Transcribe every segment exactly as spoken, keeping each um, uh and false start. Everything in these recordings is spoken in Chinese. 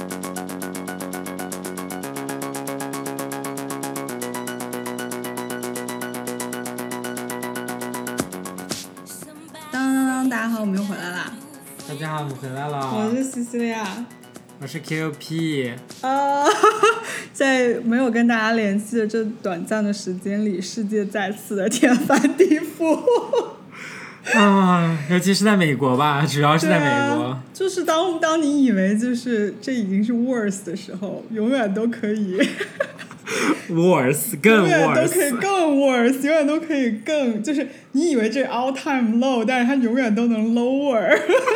大家好，我们又回来啦！ 大家好，我们回来了。 我是西西利亚， 我是 Q P。 啊，在没有跟大家联系的这短暂的时间里，世界再次的天翻地覆。 啊，尤其是在美国吧，主要是在美国。 啊、就是当当你以为就是这已经是 worse 的时候，永远都可以。 worse 更 worse， 永远都可以更 worse， 永远都可以更，就是你以为这 all time low， 但是它永远都能 lower。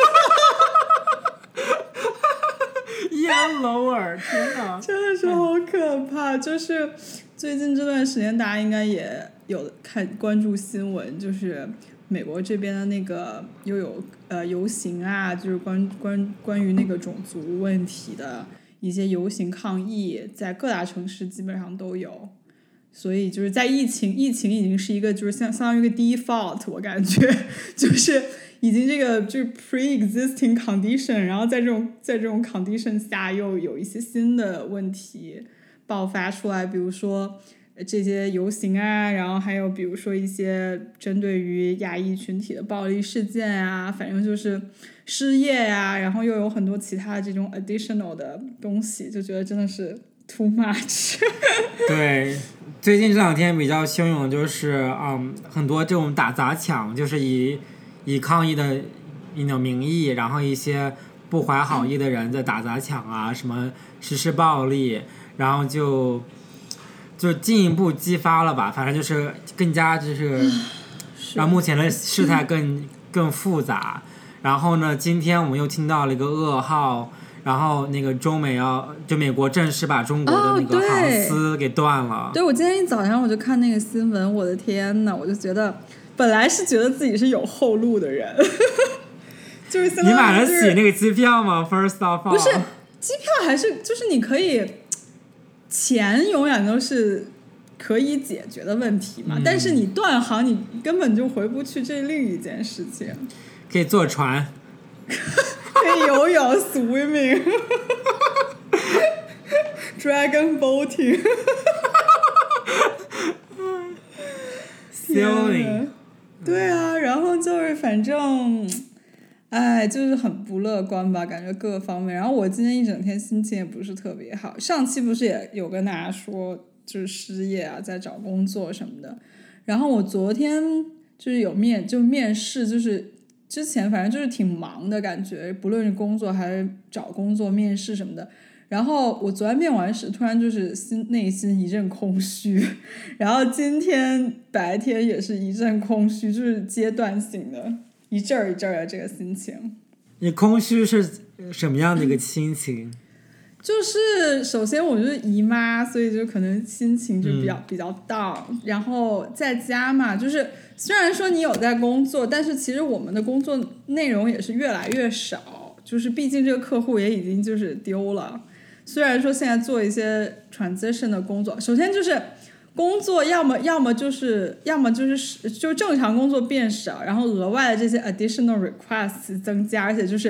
一 lower， 天哪， 真的是好可怕！就是最近这段时间，大家应该也有看关注新闻，就是美国这边的那个又有呃游行啊，就是关关关于那个种族问题的。一些游行抗议在各大城市基本上都有，所以就是在疫情疫情已经是一个就是相相当于一个 default， 我感觉就是已经这个就是 pre-existing condition， 然后在这种在这种 condition 下又有一些新的问题爆发出来，比如说这些游行啊，然后还有比如说一些针对于亚裔群体的暴力事件啊，反正就是失业呀、啊，然后又有很多其他的这种 additional 的东西，就觉得真的是 too much。 对，最近这两天比较汹涌的就是嗯，很多这种打砸抢，就是以以抗议的一种名义，然后一些不怀好意的人在打砸抢啊，什么实施暴力，然后就就进一步激发了吧，反正就是更加就是让目前的事态更更复杂。然后呢，今天我们又听到了一个噩耗，然后那个中美要就美国正式把中国的那个航司给断了。 哦、对, 对，我今天一早上我就看那个新闻，我的天呐，我就觉得本来是觉得自己是有后路的人，就是相当于、就是、 你买得起那个机票吗 ？First of all， 不是机票还是就是你可以，钱永远都是可以解决的问题嘛，嗯、但是你断航你根本就回不去，这是另一件事情。 可以坐船， 可以游泳 swimming dragon boating sailing 对啊，然后就是反正哎就是很不乐观吧，感觉各个方面。然后我今天一整天心情也不是特别好，上期不是也有跟大家说就是失业啊，在找工作什么的。然后我昨天就是有面就面试，就是之前反正就是挺忙的感觉，不论是工作还是找工作面试什么的。然后我昨天面完试，突然就是心内心一阵空虚，然后今天白天也是一阵空虚，就是阶段性的一阵儿一阵儿的这个心情。 你空虚是什么样的一个心情？ 就是首先我就是姨妈，所以就可能心情就比较、嗯、比较 down， 然后在家嘛，就是虽然说你有在工作，但是其实我们的工作内容也是越来越少，就是毕竟这个客户也已经就是丢了。虽然说现在做一些 transition 的工作，首先就是工作要么要么就是要么就是就正常工作变少，然后额外的这些 additional requests 增加，而且就是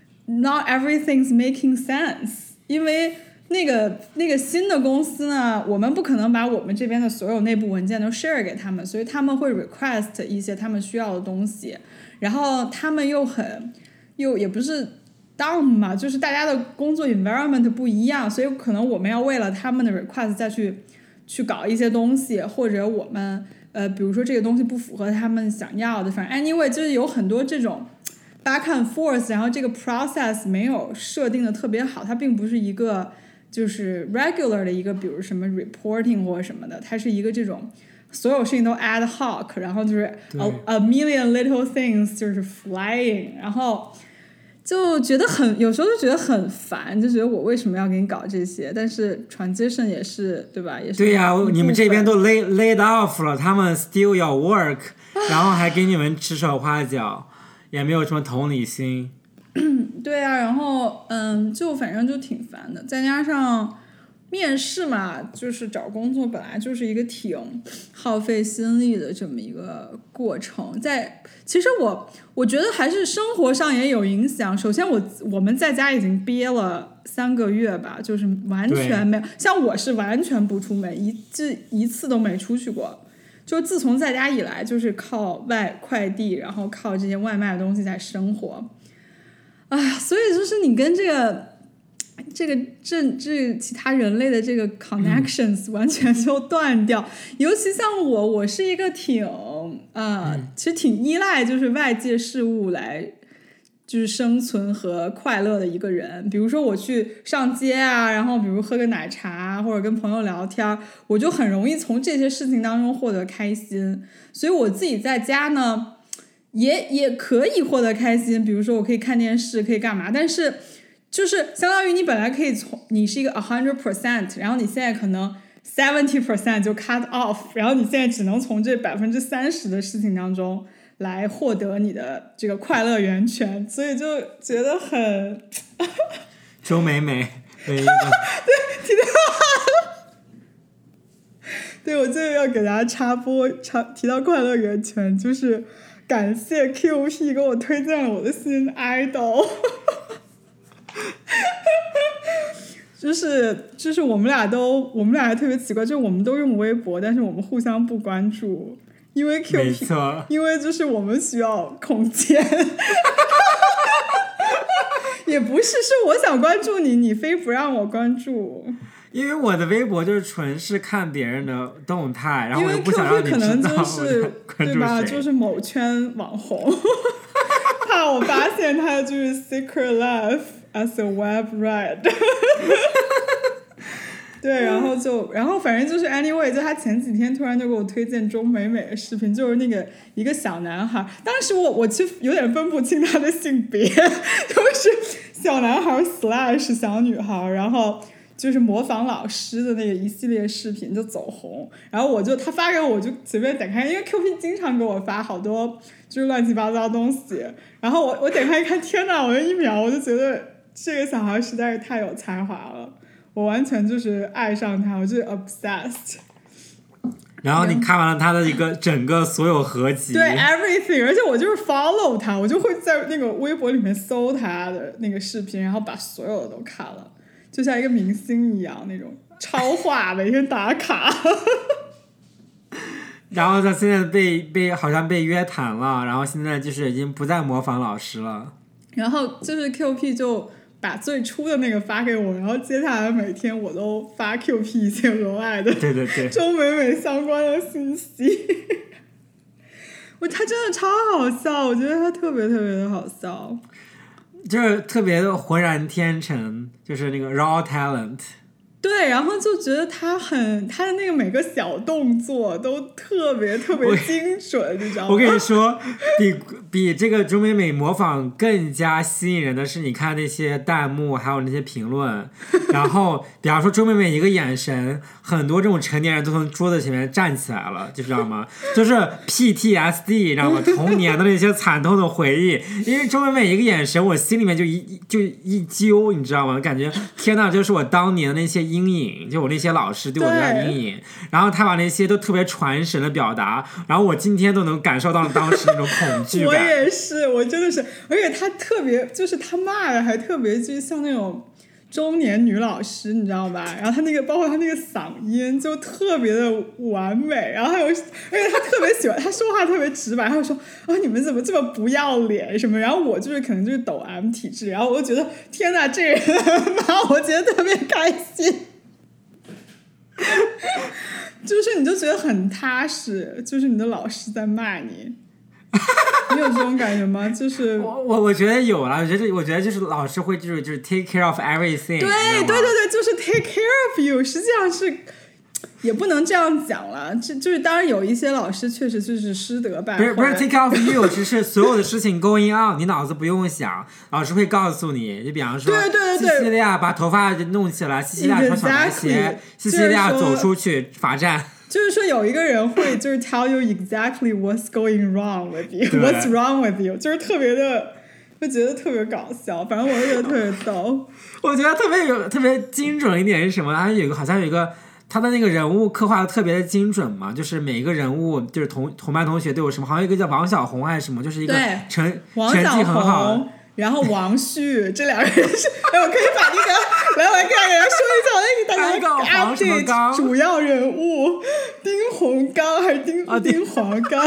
not everything's making sense。因为那个那个新的公司呢，我们不可能把我们这边的所有内部文件都 share 给他们，所以他们会 request 一些他们需要的东西，然后他们又很又也不是 down 嘛，就是大家的工作 environment 不一样，所以可能我们要为了他们的 request 再去去搞一些东西，或者我们呃比如说这个东西不符合他们想要的，反正 anyway 就是有很多这种back and forth， 然后这个 process 没有设定的特别好，它并不是一个就是 regular 的一个比如什么 reporting 或者什么的，它是一个这种所有事情都 ad hoc， 然后就是 a, a million little things 就是 flying， 然后就觉得很有时候就觉得很烦，就觉得我为什么要给你搞这些，但是 transition 也是对吧，也是对呀、啊，你们这边都 laid, laid off 了，他们 still 要 work， 然后还给你们指手画脚，也没有什么同理心。 对啊，然后嗯，就反正就挺烦的，再加上面试嘛，就是找工作本来就是一个挺耗费心力的这么一个过程。在其实我我觉得还是生活上也有影响。首先我我们在家已经憋了三个月吧，就是完全没有，像我是完全不出门，一这一次都没出去过。就自从在家以来，就是靠外快递，然后靠这些外卖的东西在生活。哎呀，所以就是你跟这个这个这这其他人类的这个 connections 完全就断掉。嗯、尤其像我，我是一个挺呃， 嗯、 其实挺依赖就是外界事物来。就是生存和快乐的一个人，比如说我去上街啊，然后比如喝个奶茶或者跟朋友聊天，我就很容易从这些事情当中获得开心。所以我自己在家呢，也也可以获得开心，比如说我可以看电视，可以干嘛，但是就是相当于你本来可以从你是一个 a hundred percent， 然后你现在可能 seventy percent 就 cut off， 然后你现在只能从这百分之三十的事情当中来获得你的这个快乐源泉，所以就觉得很周美美对对提到对我就要给大家插播插提到快乐源泉，就是感谢 Q P 给我推荐了我的新 idol 就是就是我们俩都我们俩还特别奇怪，就是我们都用微博，但是我们互相不关注，因为 Q P 因为就是我们需要空间也不是是我想关注你，你非不让我关注， 因为我的微博就是纯是看别人的动态，然后我又不想让你知道可能就是对吧，就是某圈网红怕我发现他就是 secret life as a web rat 对，然后就然后反正就是 anyway， 就他前几天突然就给我推荐钟美美的视频，就是那个一个小男孩，当时我我其实有点分不清他的性别，就是小男孩 slash 小女孩，然后就是模仿老师的那个一系列视频就走红，然后我就他发给我，我就随便点开，因为 Q P 经常给我发好多就是乱七八糟东西，然后我我点开一看，天哪，我一秒我就觉得这个小孩实在是太有才华了。我完全就是爱上他，我就是 obsessed。 然后你看完了他的一个整个所有合集， 对 everything， 而且我就是 follow 他，我就会在那个微博里面搜他的那个视频，然后把所有的都看了，就像一个明星一样那种超话，每天打卡。 然后他现在被被好像被约谈了，然后现在就是已经不再模仿老师了。 然后就是 Q P 就把最初的那个发给我，然后接下来每天我都发 Q P 一些额外的对对对钟美美相关的信息。我他真的超好笑，我觉得他特别特别的好笑， 就是特别的浑然天成，就是那个 raw talent。 对，然后就觉得他很他的那个每个小动作都特别特别精准，你知道吗？ 我跟你说，比比这个钟美美模仿更加吸引人的是，你看那些弹幕还有那些评论，然后比方说钟美美一个眼神，很多这种成年人都从桌子前面站起来了，就知道吗？就是 P T S D， 你知道吗？童年的那些惨痛的回忆，因为钟美美一个眼神，我心里面就一就一揪，你知道吗？感觉天哪，就是我当年的那些阴影，就我那些老师对我的阴影，然后他把那些都特别传神的表达，然后我今天都能感受到当时那种恐惧感。 我也是，我真的是，而且他特别，就是他骂的还特别，就是像那种中年女老师，你知道吧？然后他那个，包括他那个嗓音就特别的完美，然后还有，而且他特别喜欢，他说话特别直白，他会说啊你们怎么这么不要脸什么？然后我就是可能就是抖 M 体质，然后我就觉得天哪，这人骂我觉得特别开心。就是你就觉得很踏实，就是你的老师在骂你，你有这种感觉吗？就是我我我觉得有了，我觉得我觉得就是老师会就是就是 take care of everything， 对对对对，就是 take care of you， 实际上是也不能这样讲了，这就是当然有一些老师确实就是师德败坏， 不是不是 take care of you， 只是所有的事情 going on， 你脑子不用想，老师会告诉你，就比方说， 对对对对， 西西利亚把头发弄起来，西西利亚穿小白鞋， exactly， 西西利亚走出去罚站。 就是说有一个人会就是 tell you exactly what's going wrong with you what's wrong with you， 就是特别的就觉得特别搞笑，反正我就觉得特别逗。 我觉得特别有特别精准一点是什么，他有一个好像有一个他的那个人物刻画的特别的精准嘛，就是每一个人物就是同同班同学都有什么，好像有一个叫王小红还是什么，就是一个成成绩很好， 然后王旭这两个人是，哎，我可以把那个来，我来给大家说一下，那个大家 update 主要人物丁洪刚还是丁、啊、丁黄刚。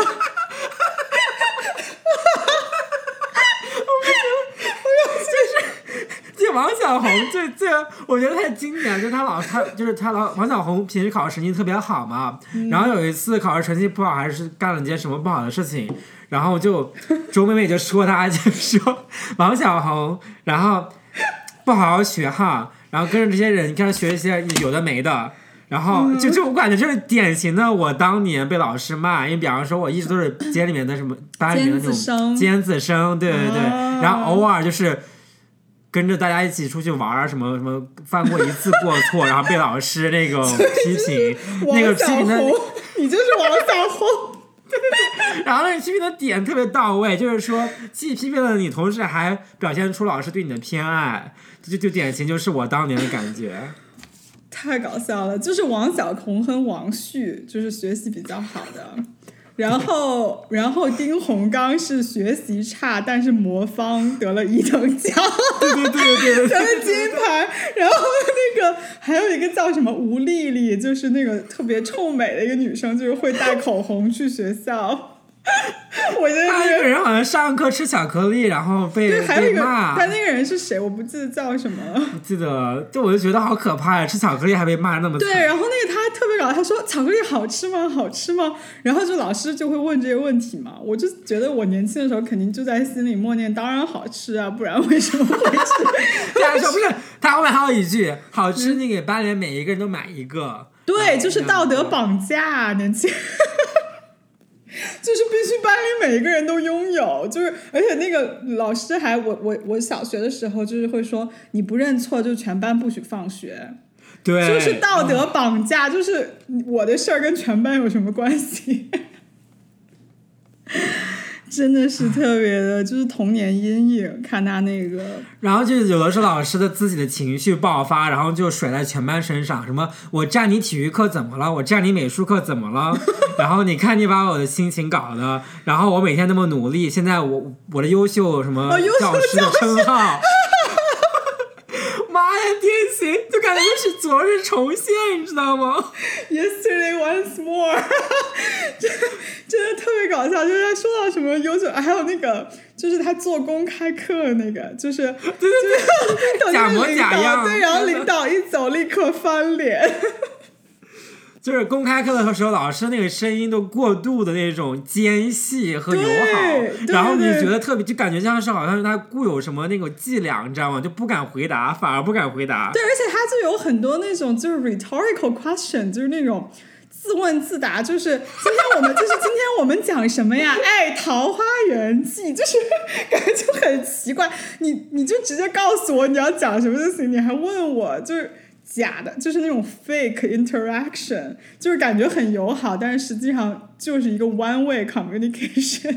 这王小红这这我觉得太经典了，就是他老他就是他老王小红平时考试成绩特别好嘛、嗯、然后有一次考试成绩不好，还是干了件什么不好的事情，然后就周妹妹就说他就说王小红然后不好好学哈，然后跟着这些人开始学一些有的没的，然后就就我感觉就是典型的我当年被老师骂，因为比方说我一直都是街里面的什么班里面的那种尖子生，对对对、哦、然后偶尔就是跟着大家一起出去玩什么什么犯过一次过错然后被老师那个批评那个批评的你就是王小红然后那个批评的点特别到位，就是说既批评了你，同时还表现出老师对你的偏爱，就就典型就是我当年的感觉。 太搞笑了，就是王小红和王旭就是学习比较好的，然后然后丁洪刚是学习差，但是魔方得了一等奖， 对对对对对， 得了金牌。然后那个还有一个叫什么吴丽丽，就是那个特别臭美的一个女生，就是会带口红去学校。我觉得他那个人好像上课吃巧克力，然后被对，还有一个被骂。 他那个人是谁？我不记得叫什么了。 不记得，就我就觉得好可怕呀！吃巧克力还被骂那么惨。 对，然后那个他特别搞笑，他说巧克力好吃吗？好吃吗？然后就老师就会问这些问题嘛。我就觉得我年轻的时候肯定就在心里默念，当然好吃啊，不然为什么会吃？ 他说不是，他后面还有一句好吃，你给班里每一个人都买一个。 对，就是道德绑架，年轻。就是必须班里每一个人都拥有，就是而且那个老师还我我我小学的时候就是会说你不认错就全班不许放学， 对， 就是道德绑架、嗯、就是我的事儿跟全班有什么关系？真的是特别的，就是童年阴影，看他那个， 然后就有的时候老师的自己的情绪爆发，然后就甩在全班身上，什么我占你体育课怎么了，我占你美术课怎么了，然后你看你把我的心情搞的，然后我每天那么努力，现在我我的优秀什么教师的称号，妈呀，典型就感觉就是昨日重现，你知道吗 ？Yesterday once more 真的真的特别搞笑，就是他说到什么优秀，还有那个就是他做公开课那个，就是对对对，假模假样， 对，然后领导一走立刻翻脸。 就是公开课的时候，老师那个声音都过度的那种尖细和友好，然后你觉得特别，就感觉像是好像是他固有什么那种伎俩，你知道吗？就不敢回答，反而不敢回答。 对，而且他就有很多那种就是 rhetorical question， 就是那种自问自答，就是今天我们就是今天我们讲什么呀？哎，《桃花源记》，就是感觉就很奇怪，你你就直接告诉我你要讲什么就行，你还问我就是。假的，就是那种 fake interaction， 就是感觉很友好，但是实际上就是一个 one way communication。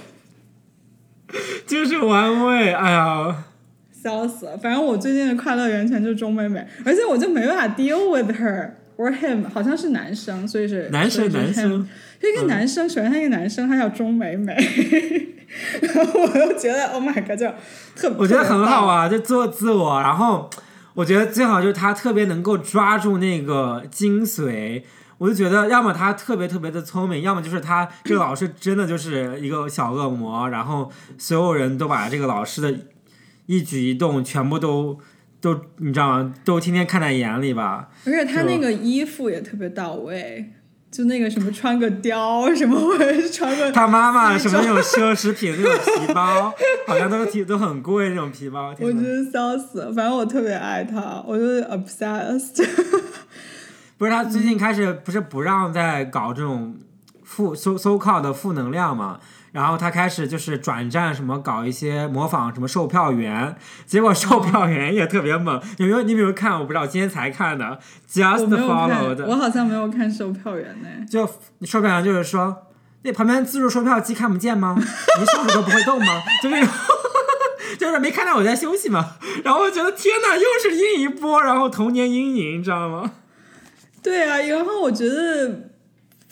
就是 one way， 哎呀， 笑死了。反正我最近的快乐源泉就是钟美美，而且我就没办法 deal with her or him， 好像是男生，所以是男生男生， 这个男生、嗯、首先他一个男生，他叫钟美美。然后我就觉得 oh my god， 就特我觉得很好啊，就做自我，然后我觉得最好就是他特别能够抓住那个精髓，我就觉得要么他特别特别的聪明，要么就是他这个老师真的就是一个小恶魔，然后所有人都把这个老师的一举一动全部都都你知道吗？都天天看在眼里吧。 而且他那个衣服也特别到位，就那个什么穿个貂什么，或者是穿个他妈妈什么那种奢侈品那种皮包，好像都都很贵那种皮包。 我真的笑死了，反正我特别爱他，我就是 obsessed。 不是他最近开始不是不让再搞这种负 so so called 的负能量嘛？然后他开始就是转战什么搞一些模仿什么售票员，结果售票员也特别猛。有没有你有没有看？我不知道，今天才看的 Just Follow 的。 我好像没有看售票员呢。 就售票员就是说，那旁边自助售票机看不见吗？你手指都不会动吗？就那种。就是没看到我在休息嘛。然后我觉得天哪，又是另一波，然后童年阴影，你知道吗？ 对啊，然后我觉得。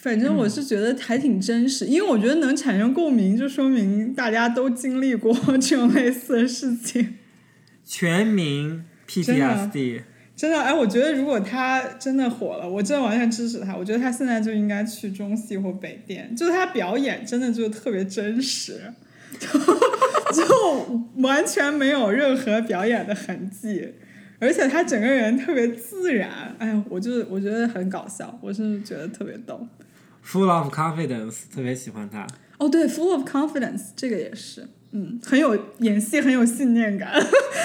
反正我是觉得还挺真实，嗯、因为我觉得能产生共鸣，就说明大家都经历过这种类似的事情。 全民 P T S D。 真的，哎，我觉得如果他真的火了，我真的完全支持他。我觉得他现在就应该去中戏或北电，就他表演真的就特别真实，就就完全没有任何表演的痕迹，而且他整个人特别自然。哎，我就我觉得很搞笑，我是觉得特别逗。 Full of confidence， 特别喜欢他。 哦，对 ，Full of confidence 这个也是，嗯，很有演戏，很有信念感。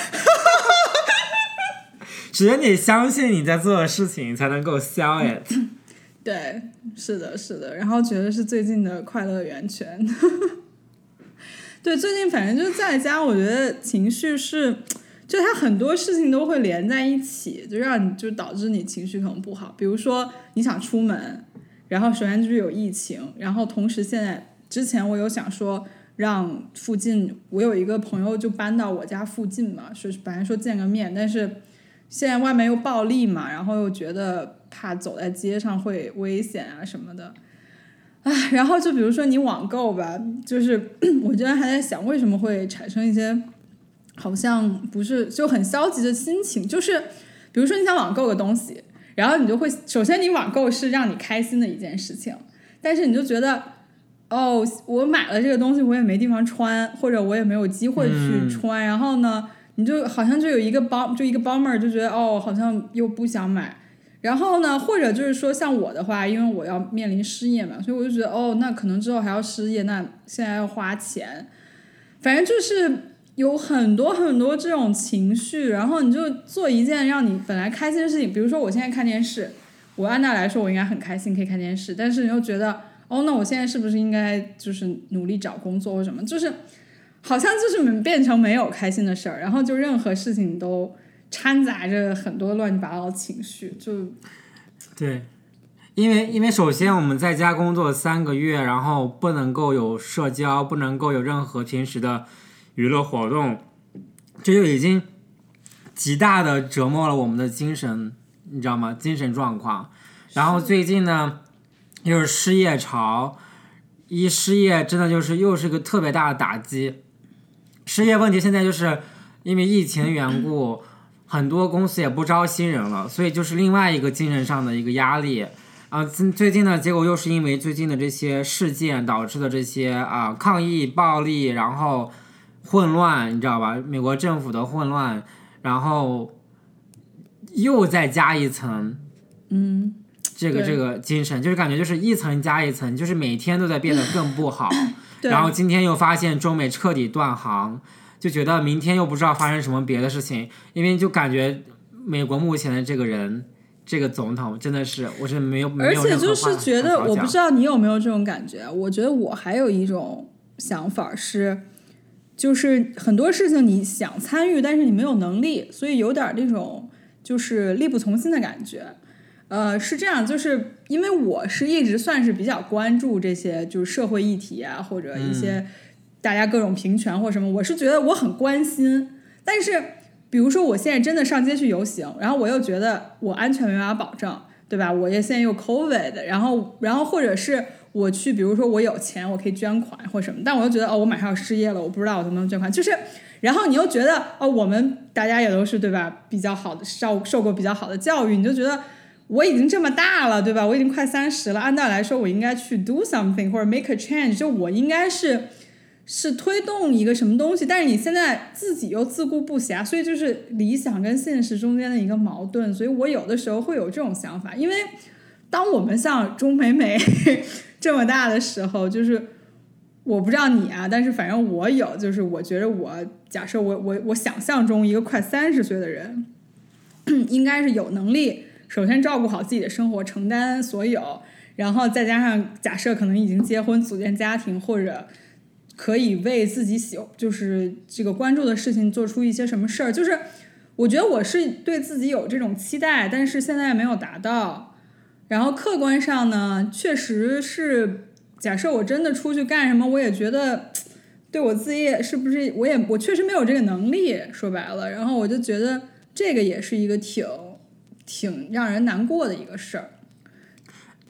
只有你相信你在做的事情才能够 sell it。 对，是的是的，然后觉得是最近的快乐源泉。对，最近反正就在家，我觉得情绪是就它很多事情都会连在一起，就让你就导致你情绪可能不好。比如说你想出门，然后首先就是有疫情，然后同时现在之前我有想说让附近，我有一个朋友就搬到我家附近嘛，说本来说见个面，但是现在外面又暴力嘛，然后又觉得怕走在街上会危险啊什么的，唉，然后就比如说你网购吧，就是我居然还在想为什么会产生一些好像不是就很消极的心情，就是比如说你想网购个东西，然后你就会首先你网购是让你开心的一件事情，但是你就觉得哦，我买了这个东西我也没地方穿，或者我也没有机会去穿、嗯、然后呢你就好像就有一个包就一个 bummer， 就觉得哦好像又不想买，然后呢或者就是说像我的话，因为我要面临失业嘛，所以我就觉得哦那可能之后还要失业，那现在要花钱，反正就是有很多很多这种情绪，然后你就做一件让你本来开心的事情，比如说我现在看电视，我按道理来说我应该很开心可以看电视，但是你又觉得哦那我现在是不是应该就是努力找工作或什么，就是好像就是变成没有开心的事儿，然后就任何事情都掺杂着很多乱七八糟的情绪，就对，因为因为首先我们在家工作三个月，然后不能够有社交，不能够有任何平时的娱乐活动，这就已经极大的折磨了我们的精神，你知道吗？精神状况。然后最近呢又是失业潮，一失业真的就是又是个特别大的打击。失业问题现在就是因为疫情的缘故，很多公司也不招新人了，所以就是另外一个精神上的一个压力啊。最近呢，结果又是因为最近的这些事件导致的这些啊抗议暴力，然后混乱，你知道吧？美国政府的混乱，然后又再加一层， 嗯， 这个这个精神，就是感觉就是一层加一层，就是每天都在变得更不好。然后今天又发现中美彻底断航，就觉得明天又不知道发生什么别的事情，因为就感觉美国目前的这个人，这个总统真的是，我是没有没有任何话。而且就是觉得，我不知道你有没有这种感觉，我觉得我还有一种想法是，就是很多事情你想参与，但是你没有能力，所以有点那种就是力不从心的感觉。呃，是这样，就是因为我是一直算是比较关注这些就是社会议题啊，或者一些大家各种平权或什么、嗯、我是觉得我很关心，但是比如说我现在真的上街去游行，然后我又觉得我安全没办法保证，对吧？我也现在有 COVID， 然后然后或者是我去比如说我有钱我可以捐款或什么，但我又觉得哦我马上要失业了，我不知道我能不能捐款，就是然后你又觉得哦我们大家也都是对吧比较好的受受过比较好的教育，你就觉得我已经这么大了，对吧？我已经快三十了，按道理来说我应该去 do something 或者 make a change， 就我应该是是推动一个什么东西，但是你现在自己又自顾不暇，所以就是理想跟现实中间的一个矛盾，所以我有的时候会有这种想法，因为当我们像中美美这么大的时候，就是我不知道你啊，但是反正我有，就是我觉得我假设我我我想象中一个快三十岁的人应该是有能力首先照顾好自己的生活，承担所有，然后再加上假设可能已经结婚组建家庭，或者可以为自己喜就是这个关注的事情做出一些什么事儿，就是我觉得我是对自己有这种期待，但是现在没有达到。然后客观上呢确实是假设我真的出去干什么，我也觉得对我自己是不是我也我确实没有这个能力，说白了，然后我就觉得这个也是一个挺挺让人难过的一个事儿。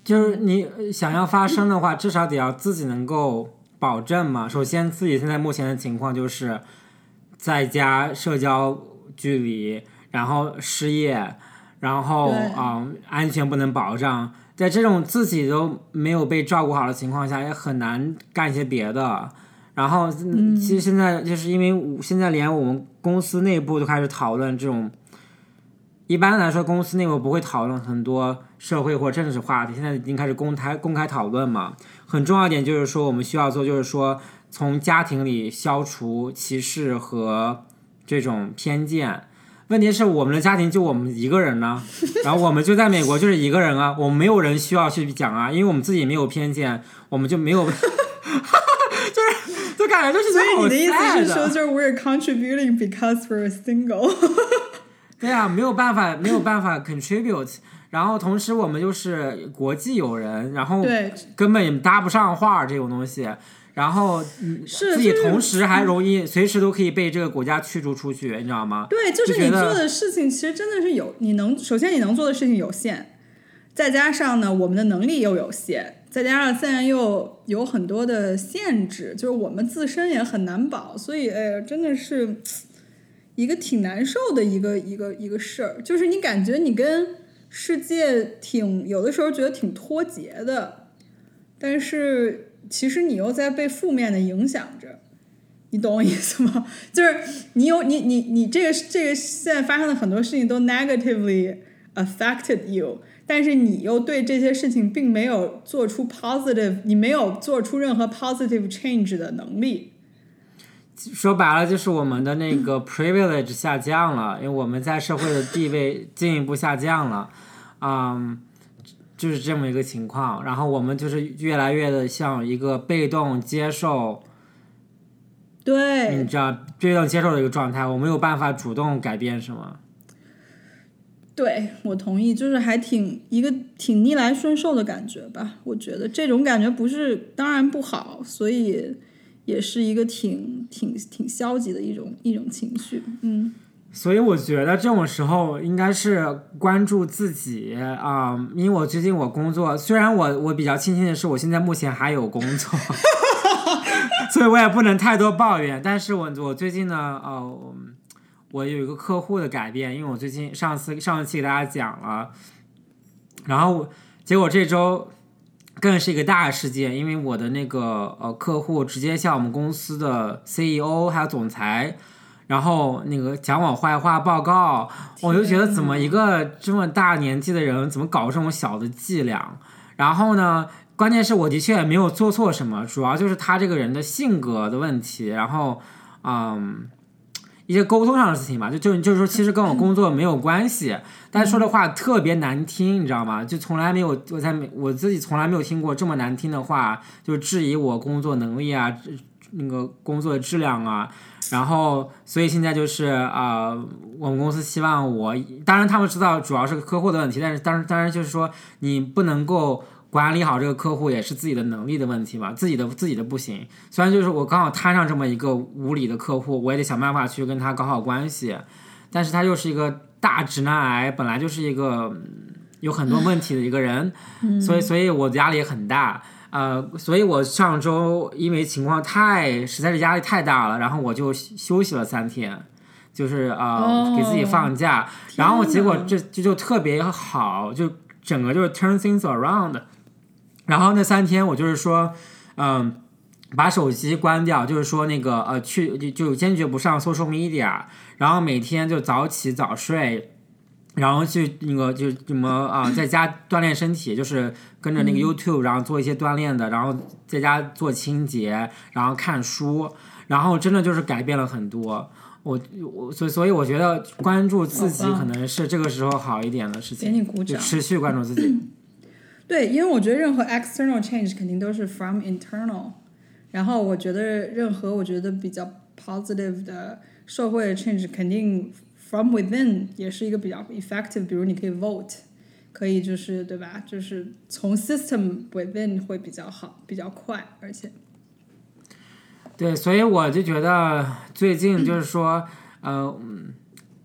就是你想要发声的话，至少得要自己能够保证嘛。首先，自己现在目前的情况就是在家社交距离，然后失业，然后啊、嗯、安全不能保障，在这种自己都没有被照顾好的情况下，也很难干一些别的。然后， 嗯， 其实现在就是因为现在连我们公司内部都开始讨论这种。一般来说，公司内部不会讨论很多社会或政治话题，现在已经开始公开公开讨论嘛。很重要一点就是说，我们需要做，就是说从家庭里消除歧视和这种偏见。问题是我们的家庭就我们一个人呢，然后我们就在美国就是一个人啊，我们没有人需要去讲啊，因为我们自己没有偏见，我们就没有，就是就感觉就是。 所以你的意思是说，就是 we're contributing because we're single 。 对啊，没有办法，没有办法 contribute。然后同时我们就是国际友人，然后根本也搭不上话这种东西。然后自己同时还容易随时都可以被这个国家驱逐出去，你知道吗？ 对，就是你做的事情其实真的是有，你能首先你能做的事情有限，再加上呢我们的能力又有限，再加上现在又有很多的限制，就是我们自身也很难保，所以哎，真的是。一个挺难受的一个一个一个事儿，就是你感觉你跟世界挺有的时候觉得挺脱节的，但是其实你又在被负面的影响着，你懂我意思吗？就是你有你你你这个这个现在发生的很多事情都 negatively affected you， 但是你又对这些事情并没有做出 positive， 你没有做出任何 positive change 的能力。 说白了就是我们的那个 privilege 下降了，因为我们在社会的地位进一步下降了，嗯，就是这么一个情况。然后我们就是越来越的像一个被动接受， 对， 你知道被动接受的一个状态，我没有办法主动改变什么。 对，我同意，就是还挺一个挺逆来顺受的感觉吧。我觉得这种感觉不是当然不好，所以。也是一个挺挺挺消极的一种一种情绪，嗯。 所以我觉得这种时候应该是关注自己啊、嗯，因为我最近我工作，虽然我我比较庆幸的是我现在目前还有工作，所以我也不能太多抱怨。但是我我最近呢，呃，我有一个客户的改变，因为我最近上次上一期给大家讲了，然后结果这周。更是一个大事件，因为我的那个呃客户直接向我们公司的 C E O 还有总裁，然后那个讲我坏话报告，我就觉得怎么一个这么大年纪的人怎么搞这种小的伎俩？然后呢，关键是我的确也没有做错什么，主要就是他这个人的性格的问题，然后嗯。一些沟通上的事情吧，就就就是说，其实跟我工作没有关系，但是说的话特别难听，你知道吗？就从来没有，我在我自己从来没有听过这么难听的话，就质疑我工作能力啊，那个工作的质量啊，然后所以现在就是啊、呃，我们公司希望我，当然他们知道主要是客户的问题，但是当然当然就是说你不能够。管理好这个客户也是自己的能力的问题嘛，自己的自己的不行。虽然就是我刚好摊上这么一个无理的客户，我也得想办法去跟他搞好关系，但是他又是一个大直男癌，本来就是一个有很多问题的一个人，所以所以我压力也很大。呃，所以我上周因为情况太实在是压力太大了，然后我就休息了三天，就是呃、oh, 给自己放假，然后结果这这就特别好，就整个就是 turn things around。然后那三天我就是说，嗯，把手机关掉，就是说那个呃去就坚决不上 social media， 然后每天就早起早睡，然后去那个就什么啊、呃，在家锻炼身体，就是跟着那个 YouTube， 然后做一些锻炼的，然后在家做清洁，然后看书，然后真的就是改变了很多。我我所以所以我觉得关注自己可能是这个时候好一点的事情， 给你鼓掌， 就持续关注自己。 对，因为我觉得任何 external change 肯定都是 from internal， 然后我觉得任何我觉得比较 positive 的社会 change 肯定 from within 也是一个比较 effective， 比如你可以 vote， 可以就是对吧，就是从 system within 会比较好，比较快，而且对，所以我就觉得最近就是说呃我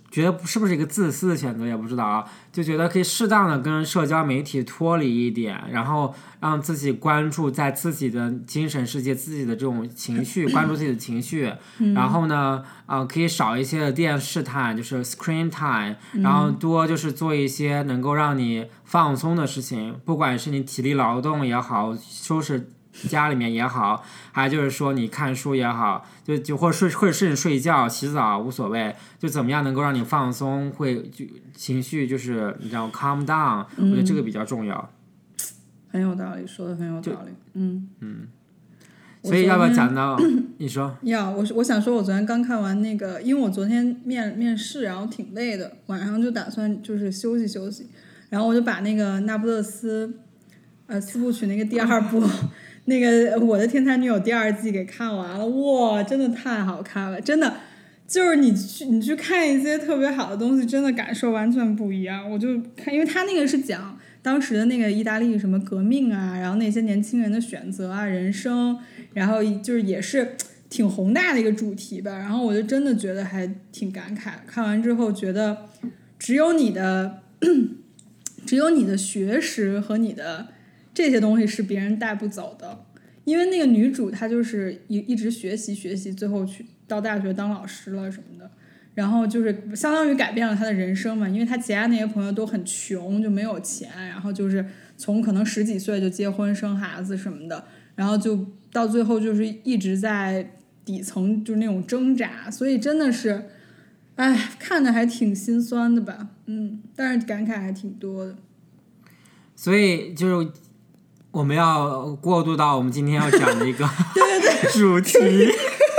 觉得是不是一个自私的选择也不知道啊，就觉得可以适当的跟社交媒体脱离一点，然后让自己关注在自己的精神世界，自己的这种情绪，关注自己的情绪， 嗯、 然后呢，呃，可以少一些的电视 time， 就是 screen time， 然后多就是做一些能够让你放松的事情，不管是你体力劳动也好，收拾家里面也好，还就是说你看书也好，就就或者睡或者是你睡觉洗澡无所谓，就怎么样能够让你放松，会就情绪就是你知道 calm down，嗯、我觉得这个比较重要。 很有道理，说的很有道理。嗯嗯。所以要不要讲到你说？ 要我我想说，我昨天刚看完那个，因为我昨天面面试，然后挺累的，晚上就打算就是休息休息，然后我就把那个那不勒斯呃四部曲那个第二部。那个《我的天才女友》第二季给看完了，哇，真的太好看了，真的就是你去你去看一些特别好的东西，真的感受完全不一样。我就看，因为他那个是讲当时的那个意大利什么革命啊，然后那些年轻人的选择啊、人生，然后就是也是挺宏大的一个主题吧。然后我就真的觉得还挺感慨，看完之后觉得只有你的只有你的学识和你的这些东西是别人带不走的，因为那个女主她就是一一直学习学习，最后去到大学当老师了什么的，然后就是相当于改变了她的人生嘛，因为她其他那些朋友都很穷，就没有钱，然后就是从可能十几岁就结婚生孩子什么的，然后就到最后就是一直在底层就是那种挣扎，所以真的是，哎，看着还挺心酸的吧，嗯，但是感慨还挺多的。 所以就是。我们要过渡到我们今天要讲的一个对对对主题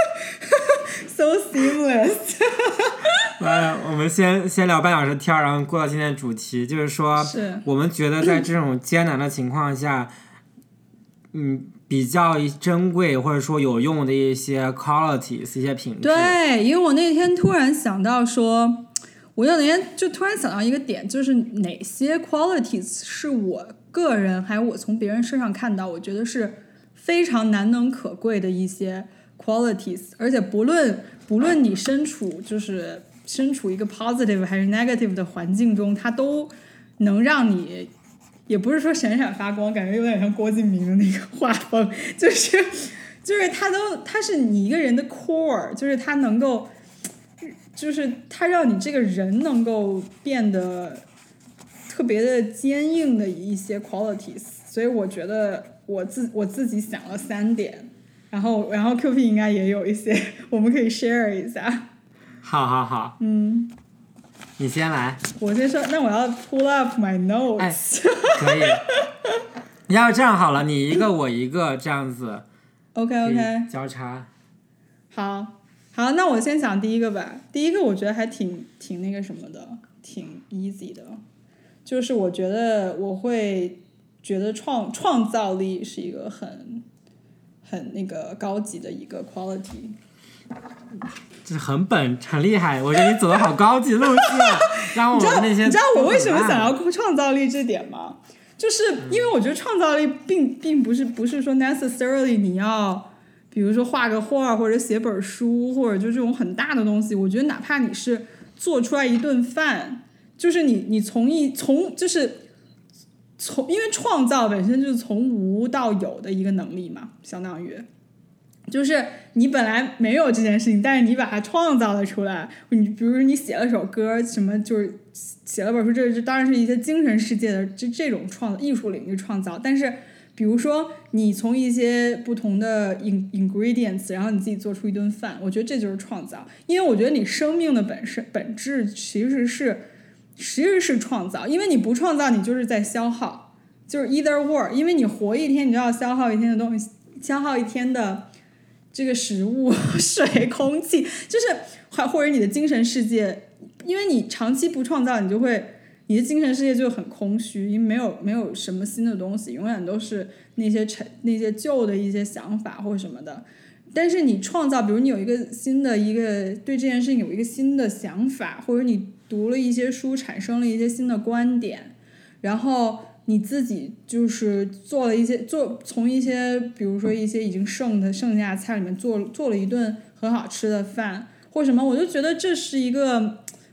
，so seamless 呃，我们先先聊半小时天，然后过到今天的主题，就是说， 是我们觉得在这种艰难的情况下，嗯，比较珍贵或者说有用的一些 qualities 一些品质。 对，因为我那天突然想到说，我有那天就突然想到一个点，就是哪些 qualities 是我个人还有我从别人身上看到我觉得是非常难能可贵的一些 qualities， 而且不论不论你身处就是身处一个 positive 还是 negative 的环境中，它都能让你也不是说闪闪发光，感觉有点像郭敬明的那个画风，就是就是它都它是你一个人的 core， 就是它能够就是它让你这个人能够变得特别的坚硬的一些 qualities， 所以我觉得我自我自己想了三点，然后然后 Q P 应该也有一些，我们可以 share 一下。 好好好， 嗯， 你先来。 我先说，那我要 pull up my notes。 哎，可以。要这样好了，你一个我一个这样子。 OK OK。 交叉。 好，好，那我先讲第一个吧。第一个我觉得还挺挺那个什么的，挺 easy 的。就是我觉得我会觉得创创造力是一个很很那个高级的一个 quality， 这是很本很厉害，我觉得你走的好高级路线，让我们那些你知道我为什么想要创造力这点吗？就是因为我觉得创造力并并不是不是说 necessarily 你要比如说画个画或者写本书或者就这种很大的东西，我觉得哪怕你是做出来一顿饭。就是你，你从一从就是从，因为创造本身就是从无到有的一个能力嘛，相当于，就是你本来没有这件事情，但是你把它创造了出来。你比如说你写了首歌，什么就是写了本书，这这当然是一些精神世界的这这种创艺术领域创造。但是比如说你从一些不同的 in ingredients， 然后你自己做出一顿饭，我觉得这就是创造。因为我觉得你生命的本身本质其实是。其实是创造，因为你不创造，你就是在消耗，就是 either or， 因为你活一天，你就要消耗一天的东西，消耗一天的这个食物、水、空气，就是或者你的精神世界，因为你长期不创造，你就会你的精神世界就很空虚，因为没有没有什么新的东西，永远都是那些陈那些旧的一些想法或什么的。但是你创造，比如你有一个新的一个对这件事情有一个新的想法，或者你读了一些书产生了一些新的观点，然后你自己就是做了一些做从一些比如说一些已经剩的剩下的菜里面做做了一顿很好吃的饭或什么，我就觉得这是一个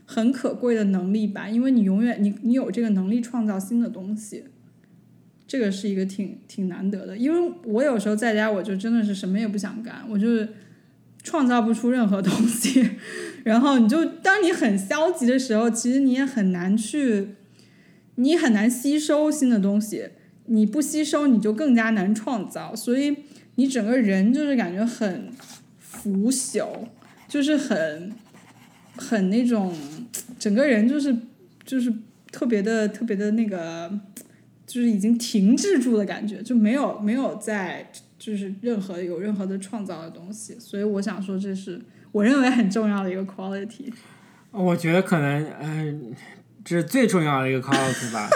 很可贵的能力吧，因为你永远你你有这个能力创造新的东西，这个是一个挺挺难得的。因为我有时候在家我就真的是什么也不想干，我就是创造不出任何东西，然后你就当你很消极的时候，其实你也很难去，你很难吸收新的东西，你不吸收你就更加难创造，所以你整个人就是感觉很腐朽，就是很很那种整个人就是就是特别的特别的那个，就是已经停滞住的感觉，就没有没有在就是任何有任何的创造的东西，所以我想说这是我认为很重要的一个 quality。 我觉得可能嗯、呃，这是最重要的一个 quality 吧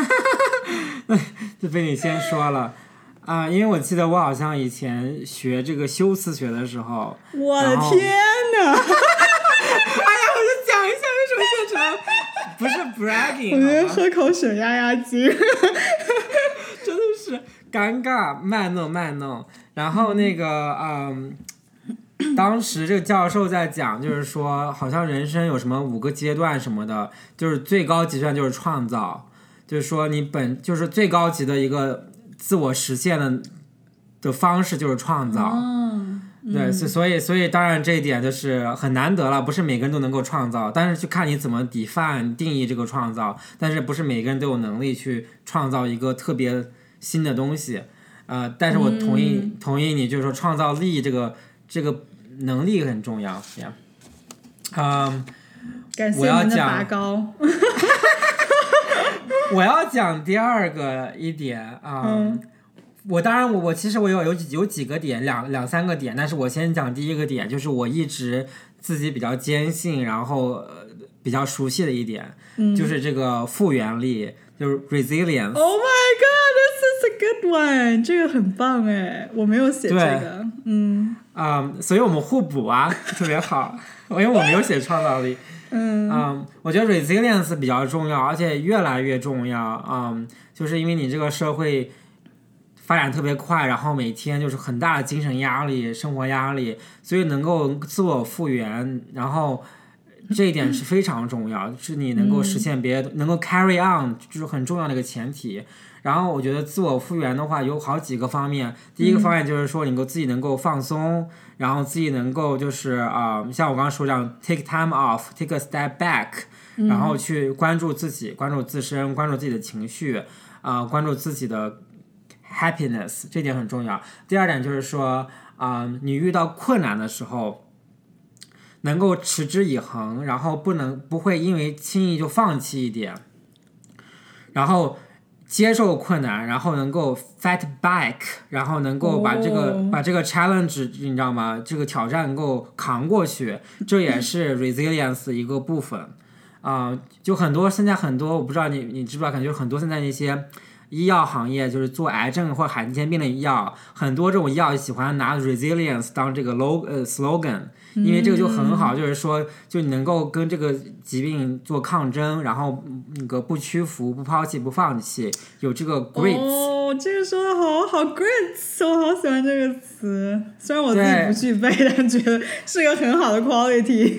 就被你先说了啊、呃，因为我记得我好像以前学这个修辞学的时候， 我的天哪哎呀，我就讲一下为什么变成了不是 bragging， 我觉得喝口水压压惊真的是尴尬，卖弄卖弄。然后那个嗯，当时这个教授在讲，就是说好像人生有什么五个阶段什么的，就是最高级段就是创造，就是说你本就是最高级的一个自我实现的的方式就是创造。 哦对， 嗯、 所以所以当然这一点就是很难得了，不是每个人都能够创造，但是就看你怎么 define 定义这个创造，但是不是每个人都有能力去创造一个特别新的东西，呃，但是我同意、 嗯、 同意你，就是说创造力这个这个能力很重要，呀、yeah. 嗯、 感谢您的拔高我要讲第二个一点啊。嗯嗯我当然我我其实我有有几有几个点，两两三个点，但是我先讲第一个点，就是我一直自己比较坚信，然后、呃、比较熟悉的一点、嗯、就是这个复原力，就是 resilience。 Oh my god, this is a good one， 这个很棒哎，我没有写这个。嗯啊、um, 所以我们互补啊，特别好因为我没有写创造力。 嗯、 um, 我觉得 resilience 比较重要，而且越来越重要。嗯、um, 就是因为你这个社会发展特别快，然后每天就是很大的精神压力、生活压力，所以能够自我复原，然后这一点是非常重要，是你能够实现别的、嗯、能够 carry on， 就是很重要的一个前提。然后我觉得自我复原的话有好几个方面，第一个方面就是说你能够自己能够放松，然后自己能够就是啊、呃，像我刚刚说这样 take time off，take a step back， 然后去关注自己，关注自身，关注自己的情绪啊、呃，关注自己的happiness， 这点很重要。第二点就是说啊、呃，你遇到困难的时候能够持之以恒，然后不能不会因为轻易就放弃一点，然后接受困难，然后能够 fight back， 然后能够把这个、oh. 把这个 challenge 你知道吗，这个挑战能够扛过去，这也是 resilience 的一个部分啊、呃。就很多现在很多我不知道你你知不知道，感觉很多现在那些医药行业，就是做癌症或罕见病的医药，很多这种药喜欢拿 resilience 当这个 log 呃 slogan， 因为这个就很好、嗯、就是说就你能够跟这个疾病做抗争，然后那个不屈服、不抛弃、不放弃，有这个 grit。 哦，这个说的好好 grit， 我好喜欢这个词，虽然我自己不具备，但觉得是个很好的 quality。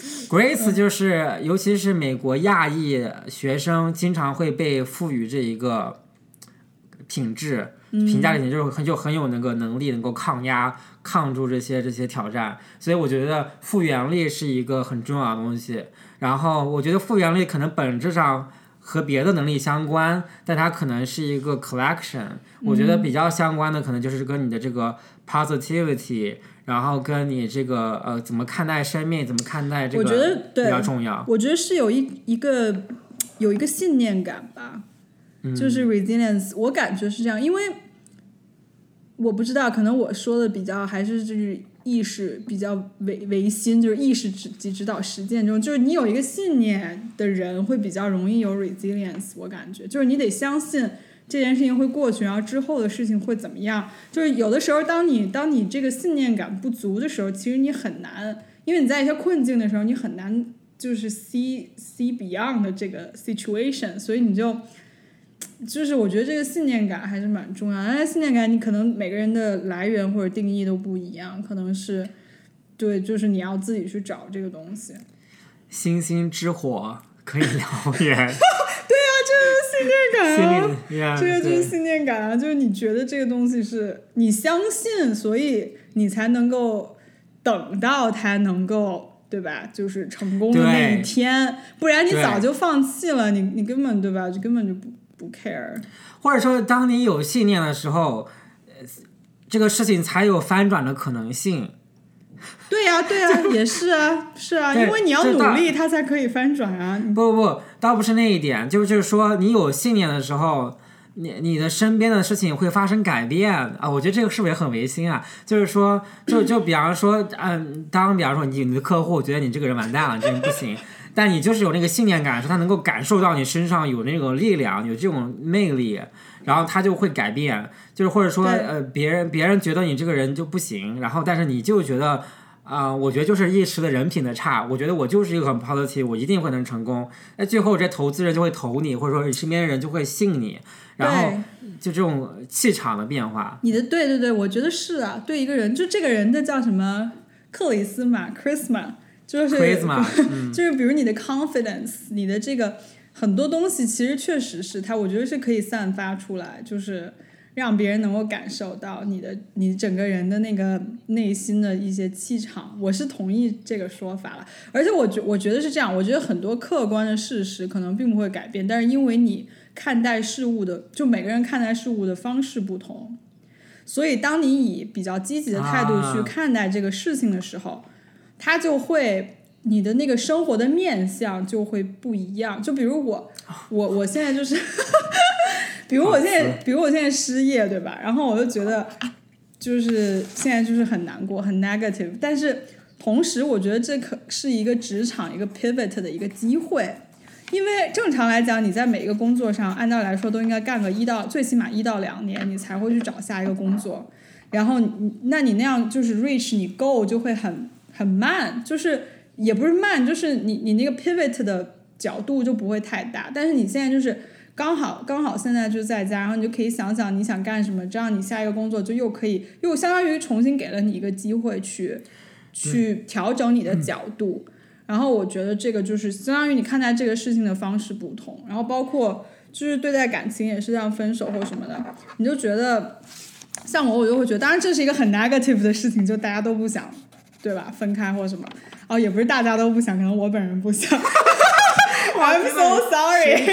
grit 就是尤其是美国亚裔学生经常会被赋予这一个品质，评价里面就是很就很有那个能力，能够抗压、抗住这些这些挑战。所以我觉得复原力是一个很重要的东西。然后我觉得复原力可能本质上和别的能力相关，但它可能是一个 collection。我觉得比较相关的可能就是跟你的这个 positivity， 然后跟你这个呃怎么看待生命，怎么看待这个， 我觉得对比较重要。 我觉得是有一一个有一个信念感吧。就是 resilience、嗯、我感觉是这样，因为我不知道，可能我说的比较还是就是意识比较唯唯心，就是意识及指导实践中，就是你有一个信念的人会比较容易有 resilience。我感觉就是你得相信这件事情会过去，然后之后的事情会怎么样。就是有的时候当你当你这个信念感不足的时候，其实你很难，因为你在一些困境的时候你很难就是 see see beyond 的这个 situation， 所以你就就是我觉得这个信念感还是蛮重要的。但是信念感你可能每个人的来源或者定义都不一样，可能是对，就是你要自己去找这个东西。 星星之火可以燎原。 对啊，这就是信念感啊， yeah, 这个就是信念感啊，就是你觉得这个东西是你相信，所以你才能够等到它能够，对吧？就是成功的那一天，不然你早就放弃了，你你根本对吧？就根本就不不 care。 或者说，当你有信念的时候，这个事情才有翻转的可能性。 对呀、啊，对呀、啊，也是啊，是啊，因为你要努力，它才可以翻转啊。 不不不，倒不是那一点，就是说，你有信念的时候，你你的身边的事情会发生改变啊。我觉得这个是不是也很违心啊？就是说，就就比方说，嗯，当比方说你的客户觉得你这个人完蛋了，这人不行，但你就是有那个信念感，说他能够感受到你身上有那种力量，有这种魅力。然后他就会改变，就是或者说呃，别人别人觉得你这个人就不行，然后但是你就觉得啊、呃，我觉得就是一时的人品的差，我觉得我就是一个很 positive， 我一定会能成功。那最后这投资人就会投你，或者说你身边的人就会信你，然后就这种气场的变化。 你的对对对，我觉得是啊，对一个人，就这个人的叫什么克里斯玛 ，charisma， 就是 charisma，、嗯、 就是比如你的 confidence， 你的这个。很多东西其实确实是它，我觉得是可以散发出来，就是让别人能够感受到你的你整个人的那个内心的一些气场。我是同意这个说法了，而且我觉我觉得是这样，我觉得很多客观的事实可能并不会改变，但是因为你看待事物的，就每个人看待事物的方式不同，所以当你以比较积极的态度去看待这个事情的时候，它就会。你的那个生活的面向就会不一样，就比如我，我我现在就是，比如我现在，比如我现在失业，对吧？然后我就觉得，就是现在就是很难过，很 negative。但是同时，我觉得这可是一个职场一个 pivot 的一个机会，因为正常来讲，你在每一个工作上，按道理来说都应该干个一到最起码一到两年，你才会去找下一个工作。然后你，那你那样就是 reach 你 goal 就会很很慢，就是。也不是慢，就是你你那个 pivot 的角度就不会太大，但是你现在就是刚好刚好现在就在家，然后你就可以想想你想干什么，这样你下一个工作就又可以又相当于重新给了你一个机会去去调整你的角度、嗯、然后我觉得这个就是相当于你看待这个事情的方式不同，然后包括就是对待感情也是像分手或什么的，你就觉得像我我就会觉得，当然这是一个很 negative 的事情，就大家都不想对吧分开或什么哦，也不是大家都不想，可能我本人不想。I'm so sorry 。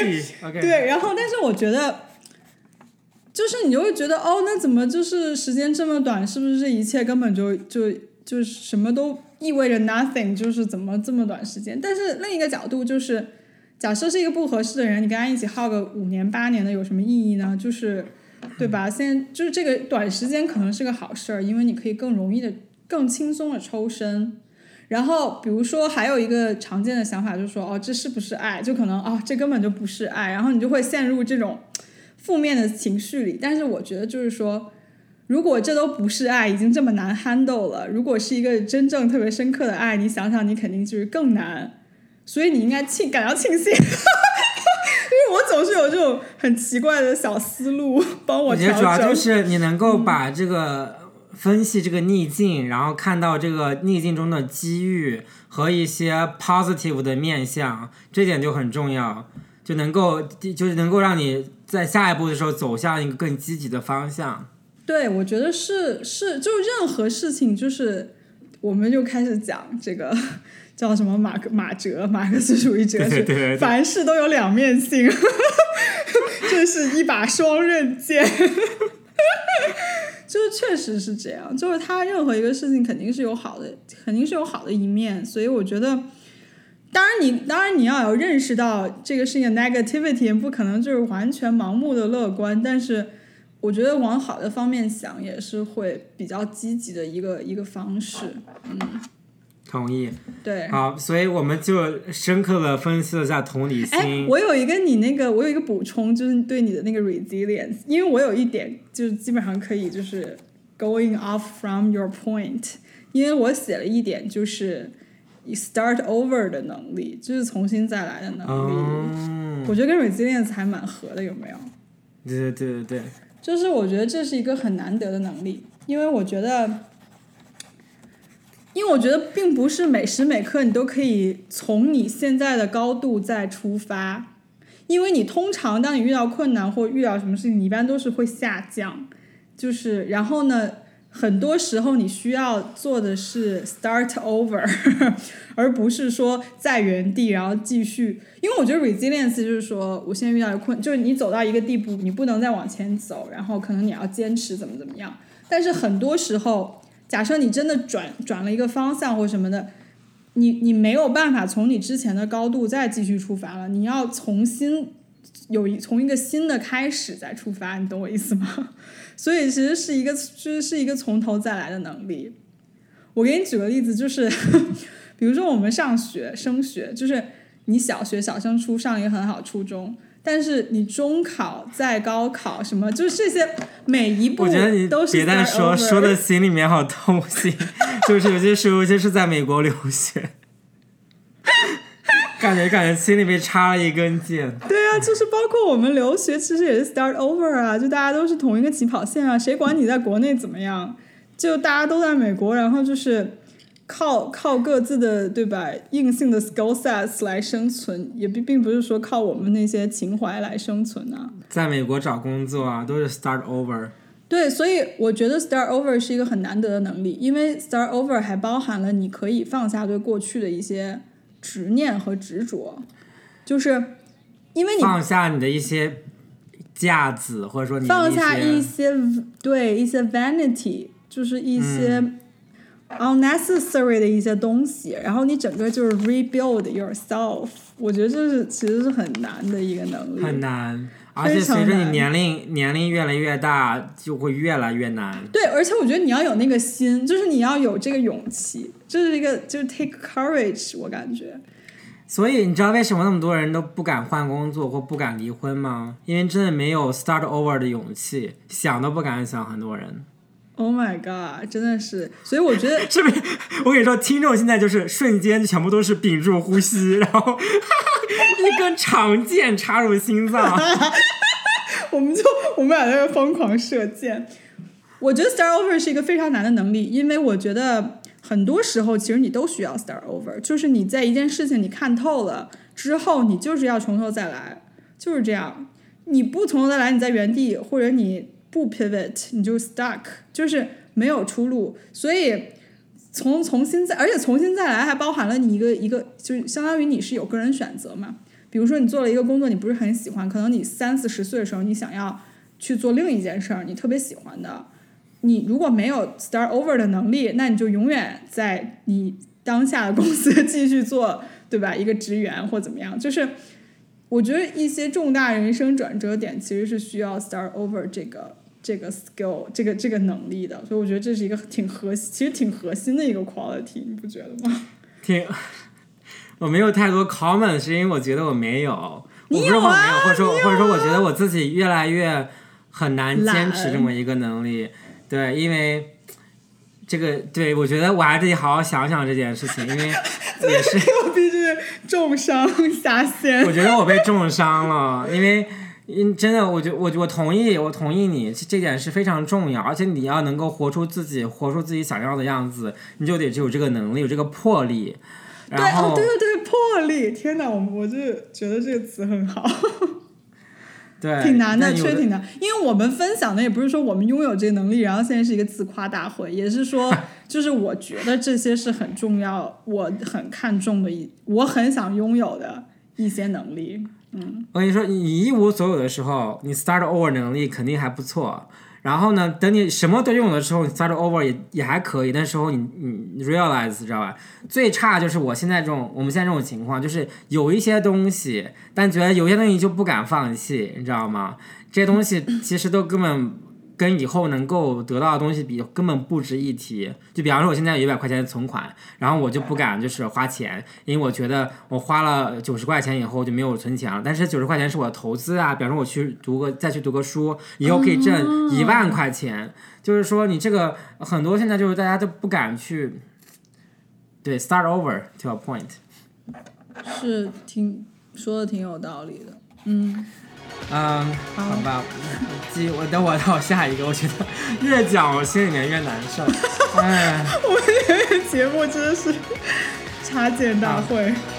对，然后但是我觉得，就是你就会觉得哦，那怎么就是时间这么短，是不是这一切根本就就就什么都意味着 nothing， 就是怎么这么短时间？但是另一个角度就是，假设是一个不合适的人，你跟他一起耗个五年八年的有什么意义呢？就是对吧？现在就是这个短时间可能是个好事儿，因为你可以更容易的、更轻松的抽身。然后比如说还有一个常见的想法就是说哦这是不是爱，就可能哦这根本就不是爱，然后你就会陷入这种负面的情绪里。但是我觉得就是说如果这都不是爱，已经这么难 handle 了，如果是一个真正特别深刻的爱，你想想你肯定就是更难，所以你应该庆感到庆幸。因为我总是有这种很奇怪的小思路帮我调整。 我觉得主要就是你能够把这个、嗯分析这个逆境，然后看到这个逆境中的机遇和一些 positive 的面向，这点就很重要，就能够就是能够让你在下一步的时候走向一个更积极的方向。 对，我觉得是是，就任何事情，就是我们就开始讲这个叫什么马克马哲马克思主义哲学， 对对对对， 凡事都有两面性，这是一把双刃剑。就是确实是这样，就是他任何一个事情肯定是有好的，肯定是有好的一面，所以我觉得当然你当然你要有认识到这个事情的 negativity， 不可能就是完全盲目的乐观，但是我觉得往好的方面想也是会比较积极的一个一个方式。嗯， 同意。 对， 好，所以我们就深刻的分析了一下同理心。 哎，我有一个你那个，我有一个补充，就是对你的那个 resilience， 因为我有一点就是基本上可以就是 going off from your point， 因为我写了一点就是 start over 的能力，就是重新再来的能力。嗯，我觉得跟 resilience 还蛮合的，有没有？ 对对对对对， 就是我觉得这是一个很难得的能力，因为我觉得。 因为我觉得并不是每时每刻你都可以从你现在的高度再出发，因为你通常当你遇到困难或遇到什么事情，你一般都是会下降，就是然后呢很多时候你需要做的是 start over 而不是说在原地然后继续。因为我觉得 resilience 就是说我现在遇到的困就是你走到一个地步你不能再往前走，然后可能你要坚持怎么怎么样，但是很多时候假设你真的转转了一个方向或什么的，你你没有办法从你之前的高度再继续出发了，你要重新有一从一个新的开始再出发，你懂我意思吗？所以其实是一个就是是一个从头再来的能力。我给你举个例子，就是比如说我们上学升学，就是你小学小升初上了一个很好初中，但是你中考再高考什么，就是这些每一步都是 start over。 我觉得你别再说说的心里面好痛心就是有些时候尤其是在美国留学感觉感觉心里被插了一根箭。 对啊，就是包括我们留学其实也是 start over 啊，就大家都是同一个起跑线啊，谁管你在国内怎么样，就大家都在美国，然后就是靠靠各自的对吧硬性的 skill sets 来生存，也并不是说靠我们那些情怀来生存啊。 在美国找工作啊都是 start over。 对，所以我觉得 start over 是一个很难得的能力，因为 start over 还包含了你可以放下对过去的一些执念和执着，就是因为你放下你的一些架子，或者说你放下一些对一些 vanity， 就是一些 unnecessary 的一些东西、嗯、然后你整个就是 rebuild yourself。 我觉得这是其实是很难的一个能力， 很难，而且随着你年龄年龄越来越大就会越来越难。 对，而且我觉得你要有那个心，就是你要有这个勇气，这是一个就是 take courage， 我感觉。 所以你知道为什么那么多人都不敢换工作或不敢离婚吗？因为真的没有 start over 的勇气，想都不敢想，很多人。 Oh my god， 真的是，所以我觉得是不是？我跟你说，听众现在就是瞬间全部都是屏住呼吸，然后一根长箭插入心脏。 我们就我们俩在这疯狂射箭。我觉得 start over 是一个非常难的能力，因为我觉得很多时候其实你都需要 start over， 就是你在一件事情你看透了之后，你就是要从头再来，就是这样。你不从头再来，你在原地，或者你不 pivot， 你就 stuck， 就是没有出路。所以从重新再，而且重新再来还包含了你一个一个，就是相当于你是有个人选择嘛。比如说你做了一个工作你不是很喜欢，可能你三四十岁的时候你想要去做另一件事儿，你特别喜欢的，你如果没有 start over 的能力，那你就永远在你当下的公司继续做，对吧，一个职员或怎么样。就是我觉得一些重大人生转折点其实是需要 start over 这个这个 skill 这个这个能力的，所以我觉得这是一个挺核其实挺核心的一个 quality， 你不觉得吗？ 挺我没有太多 comment 是因为我觉得我没有， 你有啊， 我不是说我没有，或者说、 啊、 或者说我觉得我自己越来越很难坚持这么一个能力。对，因为这个对我觉得我还得好好想想这件事情，因为也是我必须重伤下线。 我觉得我被重伤了，因为真的我觉我我同意我同意你这点是非常重要，而且你要能够活出自己活出自己想要的样子，你就得有这个能力有这个魄力。然后对、哦、对对对，魄力，天哪，我我就觉得这个词很好。 对， 挺难的，确实挺难。因为我们分享的也不是说我们拥有这个能力，然后现在是一个自夸大会，也是说，就是我觉得这些是很重要，我很看重的一，我很想拥有的一些能力。嗯， 我跟你说，你一无所有的时候，你 start over 能力肯定还不错。然后呢，等你什么都拥有的时候，你 start over 也也还可以。那时候你你 realize 知道吧？最差就是我现在这种，我们现在这种情况，就是有一些东西，但觉得有些东西就不敢放弃，你知道吗？这些东西其实都根本跟以后能够得到的东西比，根本不值一提。就比方说，我现在有一百块钱的存款，然后我就不敢就是花钱，因为我觉得我花了九十块钱以后就没有存钱了。但是九十块钱是我的投资啊，比方说我去读个再去读个书，以后可以挣一万块钱。Oh. 就是说，你这个很多现在就是大家都不敢去，对 start over to a point， 是挺说的挺有道理的，嗯。 嗯，好吧，记我等我到下一个，我觉得越讲我心里面越难受。哎， 我们这个节目真的是插件大会。